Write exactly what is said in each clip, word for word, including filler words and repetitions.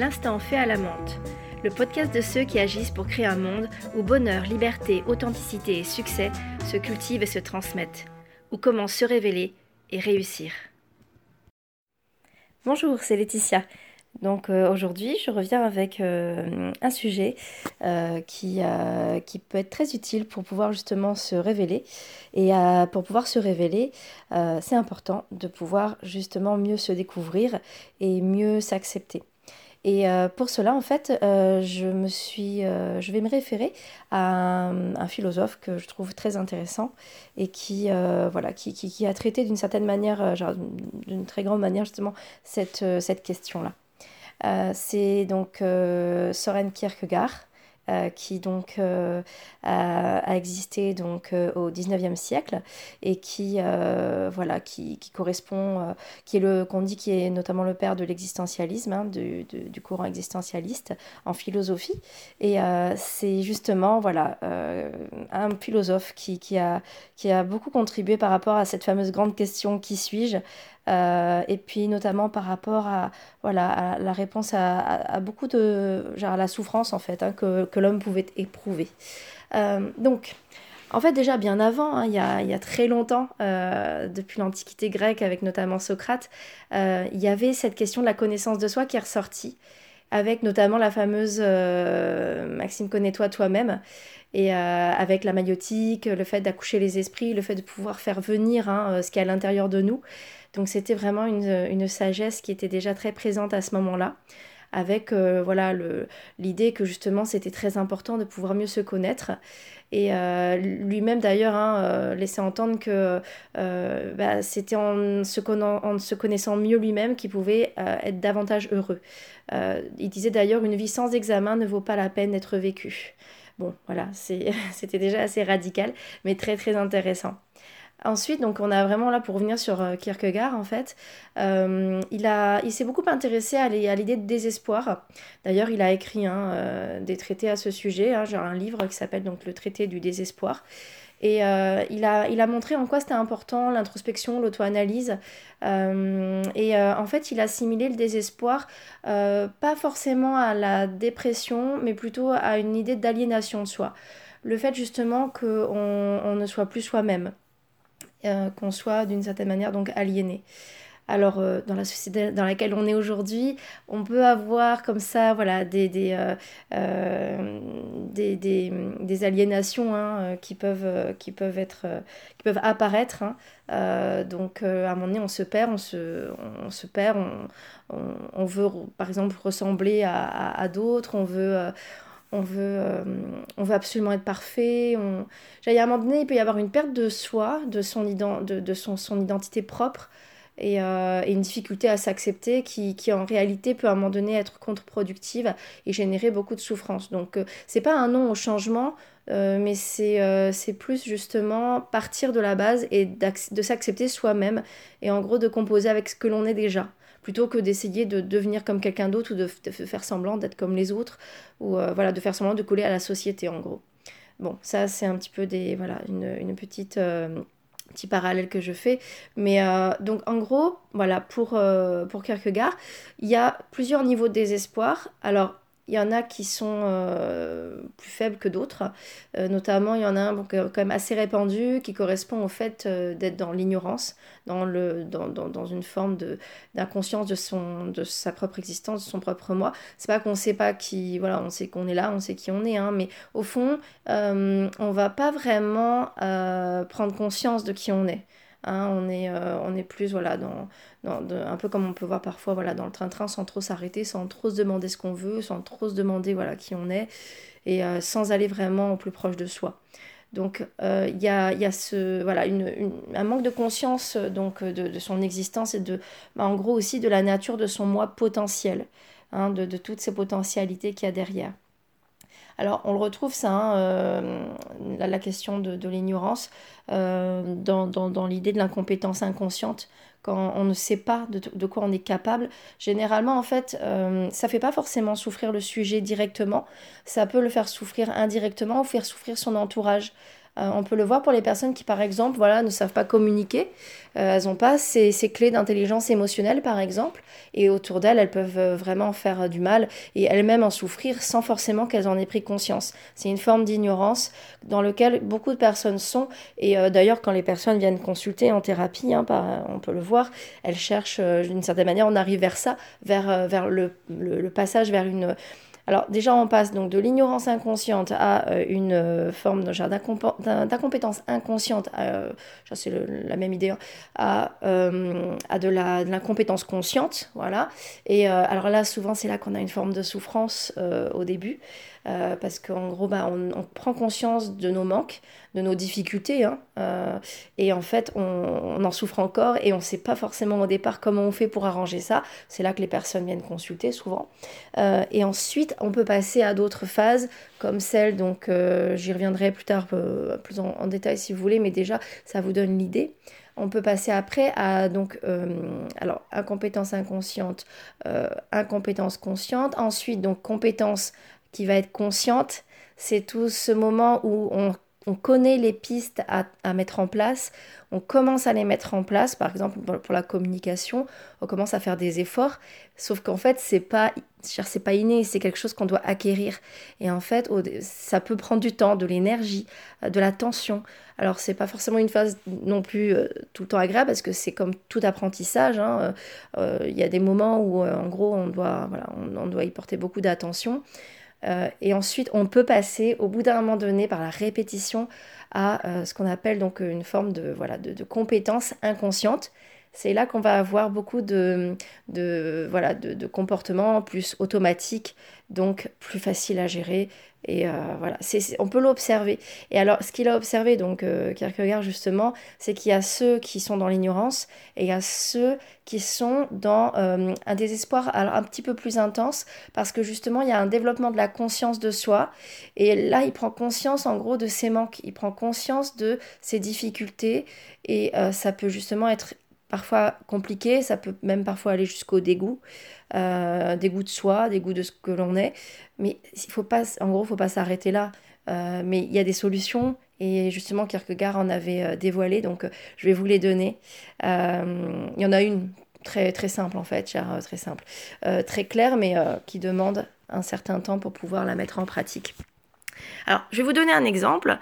l'instant fait à la menthe, le podcast de ceux qui agissent pour créer un monde où bonheur, liberté, authenticité et succès se cultivent et se transmettent, où comment se révéler et réussir. Bonjour, c'est Laetitia. Donc euh, aujourd'hui, je reviens avec euh, un sujet euh, qui, euh, qui peut être très utile pour pouvoir justement se révéler. Et euh, pour pouvoir se révéler, euh, c'est important de pouvoir justement mieux se découvrir et mieux s'accepter. Et euh, pour cela, en fait, euh, je me suis, euh, je vais me référer à un, un philosophe que je trouve très intéressant et qui, euh, voilà, qui, qui, qui a traité d'une certaine manière, euh, genre, d'une très grande manière justement, cette, euh, cette question-là. Euh, c'est donc euh, Søren Kierkegaard euh, qui donc euh, a, a existé donc euh, au dix-neuvième siècle et qui euh, voilà qui, qui correspond euh, qui est le qu'on dit qui est notamment le père de l'existentialisme, hein, du, du, du courant existentialiste en philosophie. Et euh, c'est justement voilà euh, un philosophe qui, qui a qui a beaucoup contribué par rapport à cette fameuse grande question: qui suis-je? Euh, et puis notamment par rapport à, voilà, à la réponse à, à, à beaucoup de, genre à la souffrance en fait, hein, que, que l'homme pouvait éprouver. Euh, donc, en fait déjà bien avant, hein, il y a, il y a très longtemps, euh, depuis l'Antiquité grecque avec notamment Socrate, euh, il y avait cette question de la connaissance de soi qui est ressortie, avec notamment la fameuse euh, Maxime connais-toi toi-même, et euh, avec la maïotique, le fait d'accoucher les esprits, le fait de pouvoir faire venir hein, ce qui est à l'intérieur de nous. Donc c'était vraiment une, une sagesse qui était déjà très présente à ce moment-là, avec euh, voilà le, l'idée que justement c'était très important de pouvoir mieux se connaître. Et euh, lui-même d'ailleurs hein, euh, laissait entendre que euh, bah, c'était en se, conna- en se connaissant mieux lui-même qu'il pouvait euh, être davantage heureux. Euh, il disait d'ailleurs: une vie sans examen ne vaut pas la peine d'être vécue. Bon, voilà, c'est, c'était déjà assez radical, mais très très intéressant. Ensuite, donc on a vraiment là pour revenir sur euh, Kierkegaard en fait, euh, il, a, il s'est beaucoup intéressé à, les, à l'idée de désespoir. D'ailleurs, il a écrit hein, euh, des traités à ce sujet, hein, genre un livre qui s'appelle donc le traité du désespoir. Et euh, il, a, il a montré en quoi c'était important l'introspection, l'auto-analyse. Euh, et euh, en fait, il a assimilé le désespoir euh, pas forcément à la dépression, mais plutôt à une idée d'aliénation de soi. Le fait justement qu'on on ne soit plus soi-même. Euh, qu'on soit d'une certaine manière donc aliéné. Alors euh, dans la société dans laquelle on est aujourd'hui, on peut avoir comme ça voilà des des euh, euh, des, des, des aliénations hein, euh, qui peuvent euh, qui peuvent être euh, qui peuvent apparaître. Hein. Euh, donc euh, à un moment donné, on se perd, on se on se perd, on, on, on veut par exemple ressembler à, à, à d'autres, on veut euh, on veut, euh, on veut absolument être parfait. On... À un moment donné, il peut y avoir une perte de soi, de son, ident- de, de son, son identité propre, et, euh, et une difficulté à s'accepter qui, qui, en réalité, peut à un moment donné être contre-productive et générer beaucoup de souffrance. Donc, euh, c'est pas un non au changement, euh, mais c'est, euh, c'est plus justement partir de la base et de s'accepter soi-même, et en gros de composer avec ce que l'on est déjà, plutôt que d'essayer de devenir comme quelqu'un d'autre ou de, de faire semblant d'être comme les autres, ou euh, voilà, de faire semblant de coller à la société en gros. Bon, ça c'est un petit peu des, voilà, une, une petite, euh, petit parallèle que je fais. Mais euh, donc en gros, voilà, pour, euh, pour Kierkegaard, il y a plusieurs niveaux de désespoir. Alors, il y en a qui sont euh, plus faibles que d'autres. Euh, notamment, il y en a un bon, quand même assez répandu qui correspond au fait euh, d'être dans l'ignorance, dans, le, dans, dans, dans une forme de, d'inconscience de, son, de sa propre existence, de son propre moi. C'est pas qu'on sait pas qui, voilà, on sait qu'on est là, on sait qui on est, hein, mais au fond, euh, on va pas vraiment euh, prendre conscience de qui on est. Hein, on est, euh, on est plus voilà, dans, dans, de, un peu comme on peut voir parfois voilà, dans le train-train, sans trop s'arrêter, sans trop se demander ce qu'on veut, sans trop se demander voilà, qui on est, et euh, sans aller vraiment au plus proche de soi. Donc il euh, y, a, y a ce, voilà, une, une, un manque de conscience donc, de, de son existence et de, bah, en gros aussi de la nature de son moi potentiel, hein, de, de toutes ces potentialités qu'il y a derrière. Alors, on le retrouve ça, hein, euh, la, la question de, de l'ignorance, euh, dans, dans, dans l'idée de l'incompétence inconsciente, quand on ne sait pas de, de quoi on est capable. Généralement, en fait, euh, ça ne fait pas forcément souffrir le sujet directement, ça peut le faire souffrir indirectement ou faire souffrir son entourage. Euh, on peut le voir pour les personnes qui, par exemple, voilà, ne savent pas communiquer. Euh, elles n'ont pas ces, ces clés d'intelligence émotionnelle, par exemple, et autour d'elles, elles peuvent euh, vraiment faire euh, du mal et elles-mêmes en souffrir sans forcément qu'elles en aient pris conscience. C'est une forme d'ignorance dans laquelle beaucoup de personnes sont. Et euh, d'ailleurs, quand les personnes viennent consulter en thérapie, hein, par, on peut le voir, elles cherchent, euh, d'une certaine manière, on arrive vers ça, vers, euh, vers le, le, le passage vers une alors déjà, on passe donc de l'ignorance inconsciente à euh, une euh, forme de, genre, d'incompo- d'in- d'incompétence inconsciente, euh, ça, c'est le- la même idée, hein, à, euh, à de la, de l'incompétence consciente, voilà. Et euh, alors là, souvent, c'est là qu'on a une forme de souffrance euh, au début, euh, parce qu'en gros, bah, on, on prend conscience de nos manques, de nos difficultés, hein, euh, et en fait, on, on en souffre encore et on ne sait pas forcément au départ comment on fait pour arranger ça. C'est là que les personnes viennent consulter souvent. Euh, et ensuite, on peut passer à d'autres phases, comme celle, donc euh, j'y reviendrai plus tard, euh, plus en, en détail si vous voulez, mais déjà, ça vous donne l'idée. On peut passer après à donc euh, alors incompétence inconsciente, euh, incompétence consciente. Ensuite donc compétence qui va être consciente. C'est tout ce moment où on, on connaît les pistes à, à mettre en place. On commence à les mettre en place. Par exemple pour, pour la communication, on commence à faire des efforts. Sauf qu'en fait c'est pas c'est pas inné, c'est quelque chose qu'on doit acquérir. Et en fait, au- ça peut prendre du temps, de l'énergie, euh, de l'attention. Alors, c'est pas forcément une phase non plus euh, tout le temps agréable parce que c'est comme tout apprentissage, hein. Euh, euh, Il y a des moments où, euh, en gros, on doit, voilà, on, on doit y porter beaucoup d'attention. Euh, et ensuite, on peut passer, au bout d'un moment donné, par la répétition, à euh, ce qu'on appelle donc une forme de, voilà, de, de compétence inconsciente. C'est là qu'on va avoir beaucoup de, de, voilà, de, de comportements plus automatiques, donc plus faciles à gérer. Et euh, voilà, c'est, c'est- on peut l'observer. Et alors, ce qu'il a observé, donc euh, Kierkegaard justement, c'est qu'il y a ceux qui sont dans l'ignorance et il y a ceux qui sont dans euh, un désespoir alors, un petit peu plus intense parce que justement, il y a un développement de la conscience de soi. Et là, il prend conscience en gros de ses manques, il prend conscience de ses difficultés et euh, ça peut justement être parfois compliqué, ça peut même parfois aller jusqu'au dégoût, euh, dégoût de soi, dégoût de ce que l'on est. Mais il faut pas, en gros, il faut pas s'arrêter là. Euh, mais il y a des solutions et justement Kierkegaard en avait euh, dévoilé, donc euh, je vais vous les donner. Euh, il y en a une très très simple en fait, cher, euh, très simple, euh, très claire, mais euh, qui demande un certain temps pour pouvoir la mettre en pratique. Alors, je vais vous donner un exemple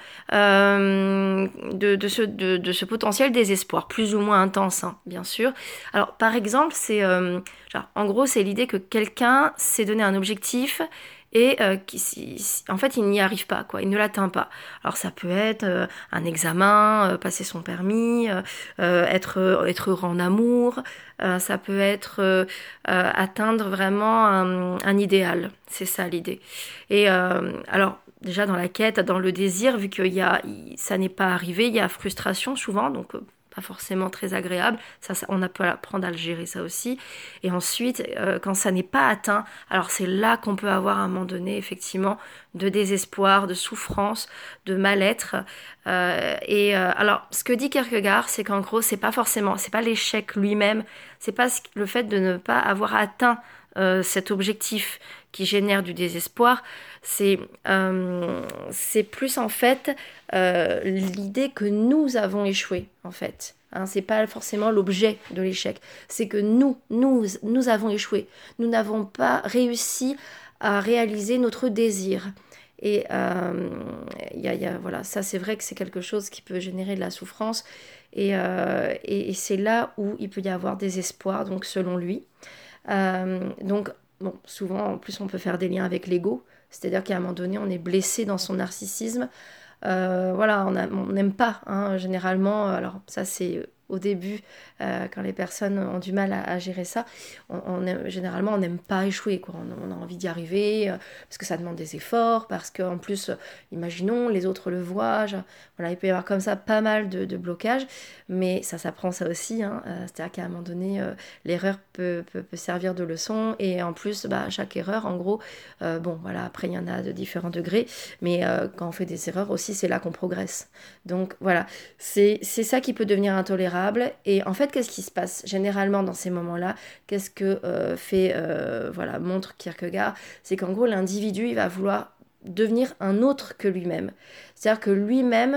euh, de, de, ce, de, de ce potentiel désespoir, plus ou moins intense, hein, bien sûr. Alors, par exemple, c'est, euh, genre, en gros, c'est l'idée que quelqu'un s'est donné un objectif et euh, qui, si- si- en fait, il n'y arrive pas, quoi, il ne l'atteint pas. Alors, ça peut être euh, un examen, euh, passer son permis, euh, euh, être, euh, être heureux en amour, euh, ça peut être euh, euh, atteindre vraiment un, un idéal, c'est ça l'idée. Et euh, alors, déjà dans la quête, dans le désir, vu que y a, ça n'est pas arrivé, il y a frustration souvent, donc euh, pas forcément très agréable. Ça, ça, on a peut apprendre à le gérer ça aussi. Et ensuite, euh, quand ça n'est pas atteint, alors c'est là qu'on peut avoir à un moment donné effectivement de désespoir, de souffrance, de mal-être. Euh, et euh, alors, ce que dit Kierkegaard, c'est qu'en gros, c'est pas forcément, c'est pas l'échec lui-même, c'est pas le fait de ne pas avoir atteint euh, cet objectif qui génère du désespoir, c'est euh, c'est plus en fait euh, l'idée que nous avons échoué en fait. Hein, c'est pas forcément l'objet de l'échec, c'est que nous, nous, nous avons échoué. Nous n'avons pas réussi à réaliser notre désir. Et euh, y a, y a, voilà, ça c'est vrai que c'est quelque chose qui peut générer de la souffrance. Et, euh, et, et c'est là où il peut y avoir des espoirs, donc selon lui. Euh, donc, bon, souvent, en plus, on peut faire des liens avec l'ego. C'est-à-dire qu'à un moment donné, on est blessé dans son narcissisme. Euh, voilà, on n'aime pas, hein, généralement. Alors, ça, c'est au début, euh, quand les personnes ont du mal à, à gérer ça. On, on aime- généralement, on n'aime pas échouer, quoi. On, on a envie d'y arriver, euh, parce que ça demande des efforts, parce qu'en plus, euh, imaginons, les autres le voient. Genre, voilà, il peut y avoir comme ça pas mal de, de blocages, mais ça s'apprend ça aussi. Hein. Euh, c'est-à-dire qu'à un moment donné, euh, l'erreur peut, peut, peut servir de leçon, et en plus, bah, chaque erreur, en gros, euh, bon, voilà, après, il y en a de différents degrés, mais euh, quand on fait des erreurs aussi, c'est là qu'on progresse. Donc voilà, c'est c'est ça qui peut devenir intolérable. Et en fait, qu'est-ce qui se passe généralement dans ces moments-là? Qu'est-ce que euh, fait, euh, voilà, montre Kierkegaard? C'est qu'en gros, l'individu, il va vouloir devenir un autre que lui-même. C'est-à-dire que lui-même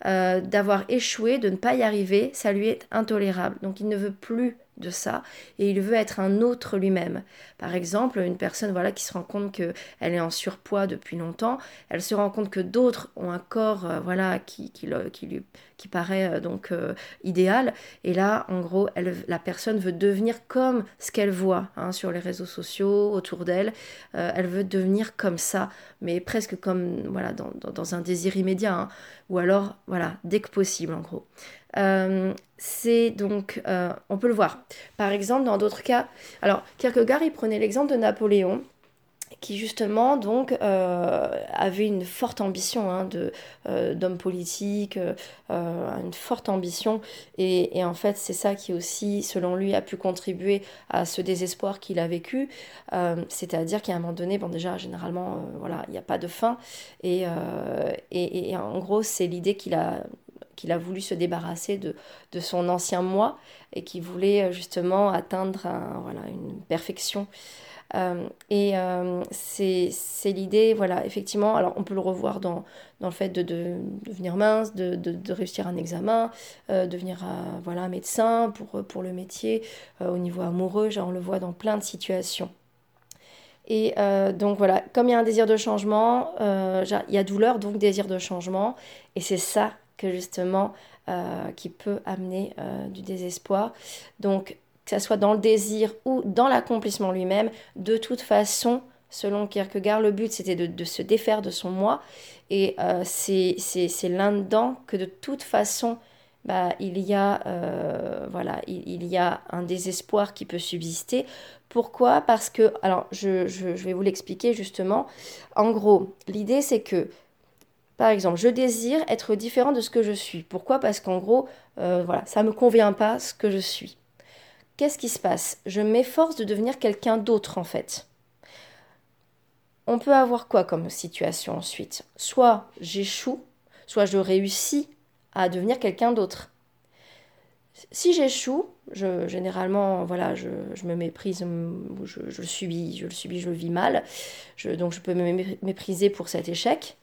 euh, d'avoir échoué, de ne pas y arriver, ça lui est intolérable. Donc il ne veut plus de ça et il veut être un autre lui-même. Par exemple, une personne voilà qui se rend compte que elle est en surpoids depuis longtemps, elle se rend compte que d'autres ont un corps euh, voilà qui, qui, le, qui lui qui paraît euh, donc euh, idéal et là en gros elle, la personne veut devenir comme ce qu'elle voit hein, sur les réseaux sociaux autour d'elle. Euh, elle veut devenir comme ça, mais presque comme voilà dans, dans, dans un désir immédiat hein, ou alors voilà dès que possible en gros. Euh, c'est donc, euh, on peut le voir. Par exemple, dans d'autres cas, alors Kierkegaard, il prenait l'exemple de Napoléon, qui justement donc euh, avait une forte ambition hein, de, euh, d'homme politique, euh, une forte ambition, et, et en fait c'est ça qui aussi, selon lui, a pu contribuer à ce désespoir qu'il a vécu, euh, c'est-à-dire qu'à un moment donné, bon déjà généralement, euh, voilà, il n'y a pas de fin, et, euh, et, et en gros c'est l'idée qu'il a qu'il a voulu se débarrasser de, de son ancien moi et qui voulait justement atteindre un, voilà, une perfection. Euh, et euh, c'est, c'est l'idée, voilà, effectivement, alors on peut le revoir dans, dans le fait de, de, de devenir mince, de, de, de réussir un examen, euh, devenir euh, voilà, médecin pour, pour le métier, euh, au niveau amoureux, genre, on le voit dans plein de situations. Et euh, donc voilà, comme il y a un désir de changement, euh, il y a douleur, donc désir de changement. Et c'est ça que justement euh, qui peut amener euh, du désespoir. Donc que ça soit dans le désir ou dans l'accomplissement lui-même, de toute façon, selon Kierkegaard, le but c'était de, de se défaire de son moi. Et euh, c'est, c'est, c'est là-dedans que de toute façon, bah, il y a euh, voilà, il, il y a un désespoir qui peut subsister. Pourquoi? Parce que, alors je, je, je vais vous l'expliquer justement. En gros, l'idée c'est que, par exemple, je désire être différent de ce que je suis. Pourquoi? Parce qu'en gros, euh, voilà, ça ne me convient pas ce que je suis. Qu'est-ce qui se passe? Je m'efforce de devenir quelqu'un d'autre en fait. On peut avoir quoi comme situation ensuite? Soit j'échoue, soit je réussis à devenir quelqu'un d'autre. Si j'échoue, je, généralement, voilà, je, je me méprise, je, je, le subis, je le subis, je le vis mal, je, donc je peux me mépriser pour cet échec.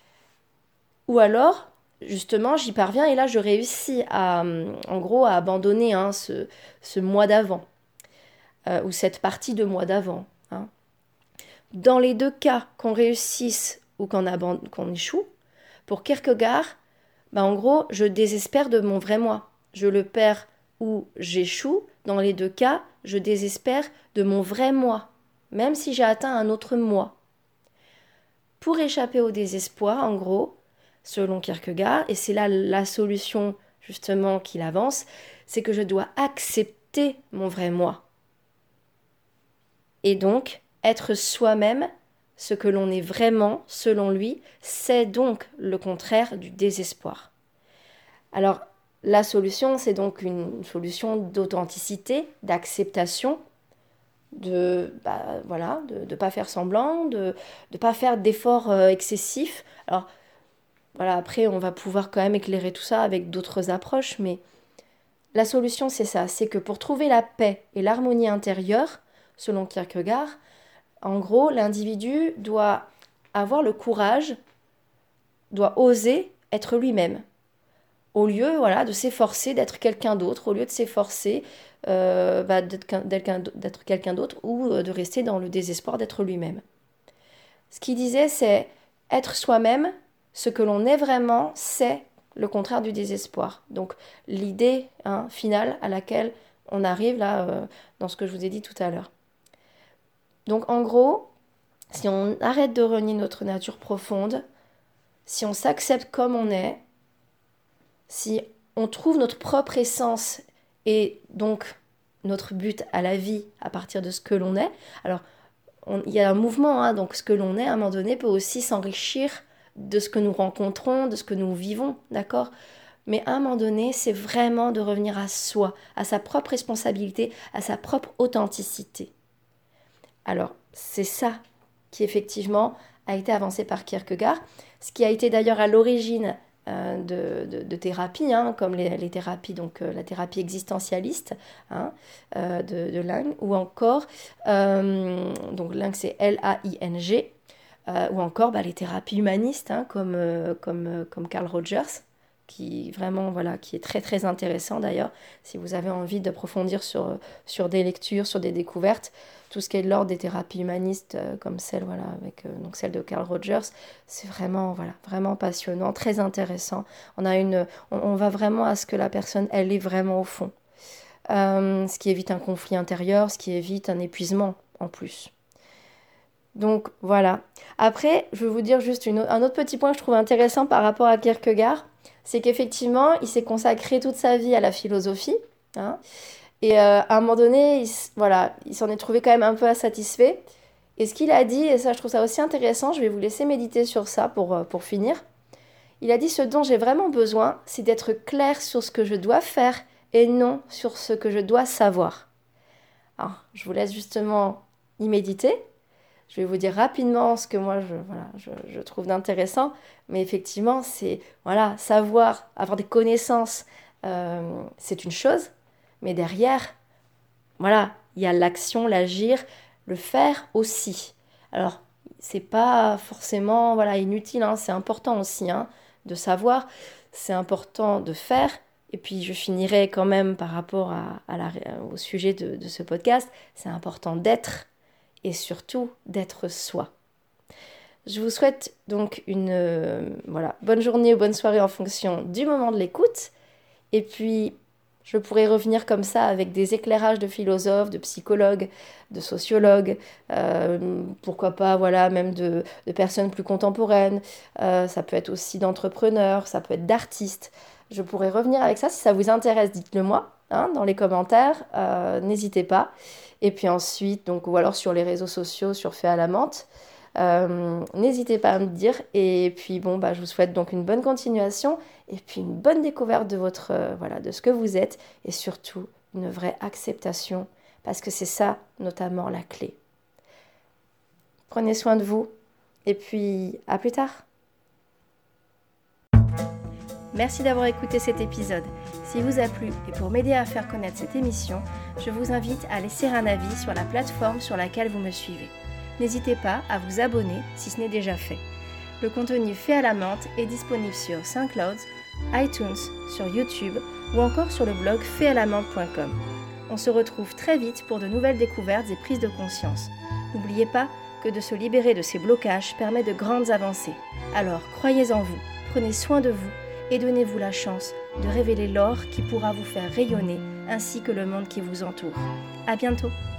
Ou alors, justement, j'y parviens et là, je réussis à, en gros, à abandonner hein, ce, ce mois d'avant, euh, ou cette partie de mois d'avant. Hein. Dans les deux cas, qu'on réussisse ou qu'on, abandonne, qu'on échoue, pour Kierkegaard, bah, en gros, je désespère de mon vrai moi. Je le perds ou j'échoue. Dans les deux cas, je désespère de mon vrai moi, même si j'ai atteint un autre moi. Pour échapper au désespoir, en gros, selon Kierkegaard, et c'est là la solution justement qu'il avance, c'est que je dois accepter mon vrai moi. Et donc, être soi-même, ce que l'on est vraiment, selon lui, c'est donc le contraire du désespoir. Alors, la solution, c'est donc une solution d'authenticité, d'acceptation, de bah, voilà, de ne pas faire semblant, de ne pas faire d'efforts euh, excessifs. Alors, voilà, après, on va pouvoir quand même éclairer tout ça avec d'autres approches, mais la solution, c'est ça, c'est que pour trouver la paix et l'harmonie intérieure, selon Kierkegaard, en gros, l'individu doit avoir le courage, doit oser être lui-même. Au lieu voilà, de s'efforcer d'être quelqu'un d'autre, au lieu de s'efforcer euh, bah, d'être, quelqu'un, d'être quelqu'un d'autre ou de rester dans le désespoir d'être lui-même. Ce qu'il disait, c'est être soi-même, ce que l'on est vraiment, c'est le contraire du désespoir. Donc l'idée hein, finale à laquelle on arrive là, euh, dans ce que je vous ai dit tout à l'heure. Donc en gros, si on arrête de renier notre nature profonde, si on s'accepte comme on est, si on trouve notre propre essence et donc notre but à la vie à partir de ce que l'on est, alors on, il y a un mouvement, hein, donc ce que l'on est à un moment donné peut aussi s'enrichir de ce que nous rencontrons, de ce que nous vivons, d'accord? Mais à un moment donné, c'est vraiment de revenir à soi, à sa propre responsabilité, à sa propre authenticité. Alors, c'est ça qui effectivement a été avancé par Kierkegaard, ce qui a été d'ailleurs à l'origine euh, de, de, de thérapies, hein, comme les, les thérapies, donc euh, la thérapie existentialiste hein, euh, de, de Laing, ou encore, euh, donc Laing c'est L A I N G, euh, ou encore bah, les thérapies humanistes, hein, comme, euh, comme, euh, comme Carl Rogers, qui vraiment voilà, qui est très très intéressant d'ailleurs, si vous avez envie d'approfondir sur, sur des lectures, sur des découvertes, tout ce qui est de l'ordre des thérapies humanistes, euh, comme celle, voilà, avec, euh, donc celle de Carl Rogers, c'est vraiment, voilà, vraiment passionnant, très intéressant. On, a une, on, on va vraiment à ce que la personne, elle est vraiment au fond. Euh, ce qui évite un conflit intérieur, ce qui évite un épuisement en plus. Donc voilà. Après, je vais vous dire juste une, un autre petit point que je trouve intéressant par rapport à Kierkegaard, c'est qu'effectivement, il s'est consacré toute sa vie à la philosophie, hein, et euh, à un moment donné, il, voilà, il s'en est trouvé quand même un peu insatisfait. Et ce qu'il a dit, et ça je trouve ça aussi intéressant, je vais vous laisser méditer sur ça pour, pour finir. Il a dit: ce dont j'ai vraiment besoin, c'est d'être clair sur ce que je dois faire et non sur ce que je dois savoir. Alors, je vous laisse justement y méditer. Je vais vous dire rapidement ce que moi je, voilà, je, je trouve d'intéressant, mais effectivement, c'est voilà, savoir, avoir des connaissances, euh, c'est une chose, mais derrière, voilà, il y a l'action, l'agir, le faire aussi. Alors, c'est pas forcément voilà, inutile, hein, c'est important aussi hein, de savoir, c'est important de faire. Et puis je finirai quand même par rapport à, à la, au sujet de, de ce podcast, c'est important d'être et surtout d'être soi. Je vous souhaite donc une euh, voilà, bonne journée ou bonne soirée en fonction du moment de l'écoute. Et puis, je pourrais revenir comme ça avec des éclairages de philosophes, de psychologues, de sociologues, euh, pourquoi pas, voilà, même de, de personnes plus contemporaines. Euh, ça peut être aussi d'entrepreneurs, ça peut être d'artistes. Je pourrais revenir avec ça. Si ça vous intéresse, dites-le moi hein, dans les commentaires. Euh, n'hésitez pas. Et puis ensuite, donc, ou alors sur les réseaux sociaux, sur Fait à la menthe. Euh, n'hésitez pas à me dire. Et puis bon, bah, je vous souhaite donc une bonne continuation et puis une bonne découverte de, votre, euh, voilà, de ce que vous êtes et surtout une vraie acceptation parce que c'est ça notamment la clé. Prenez soin de vous et puis à plus tard. Merci d'avoir écouté cet épisode. S'il vous a plu et pour m'aider à faire connaître cette émission, je vous invite à laisser un avis sur la plateforme sur laquelle vous me suivez. N'hésitez pas à vous abonner si ce n'est déjà fait. Le contenu Fait à la menthe est disponible sur SoundCloud, iTunes, sur YouTube ou encore sur le blog fait à la menthe point com. On se retrouve très vite pour de nouvelles découvertes et prises de conscience. N'oubliez pas que de se libérer de ces blocages permet de grandes avancées. Alors croyez en vous, prenez soin de vous et donnez-vous la chance de révéler l'or qui pourra vous faire rayonner ainsi que le monde qui vous entoure. À bientôt!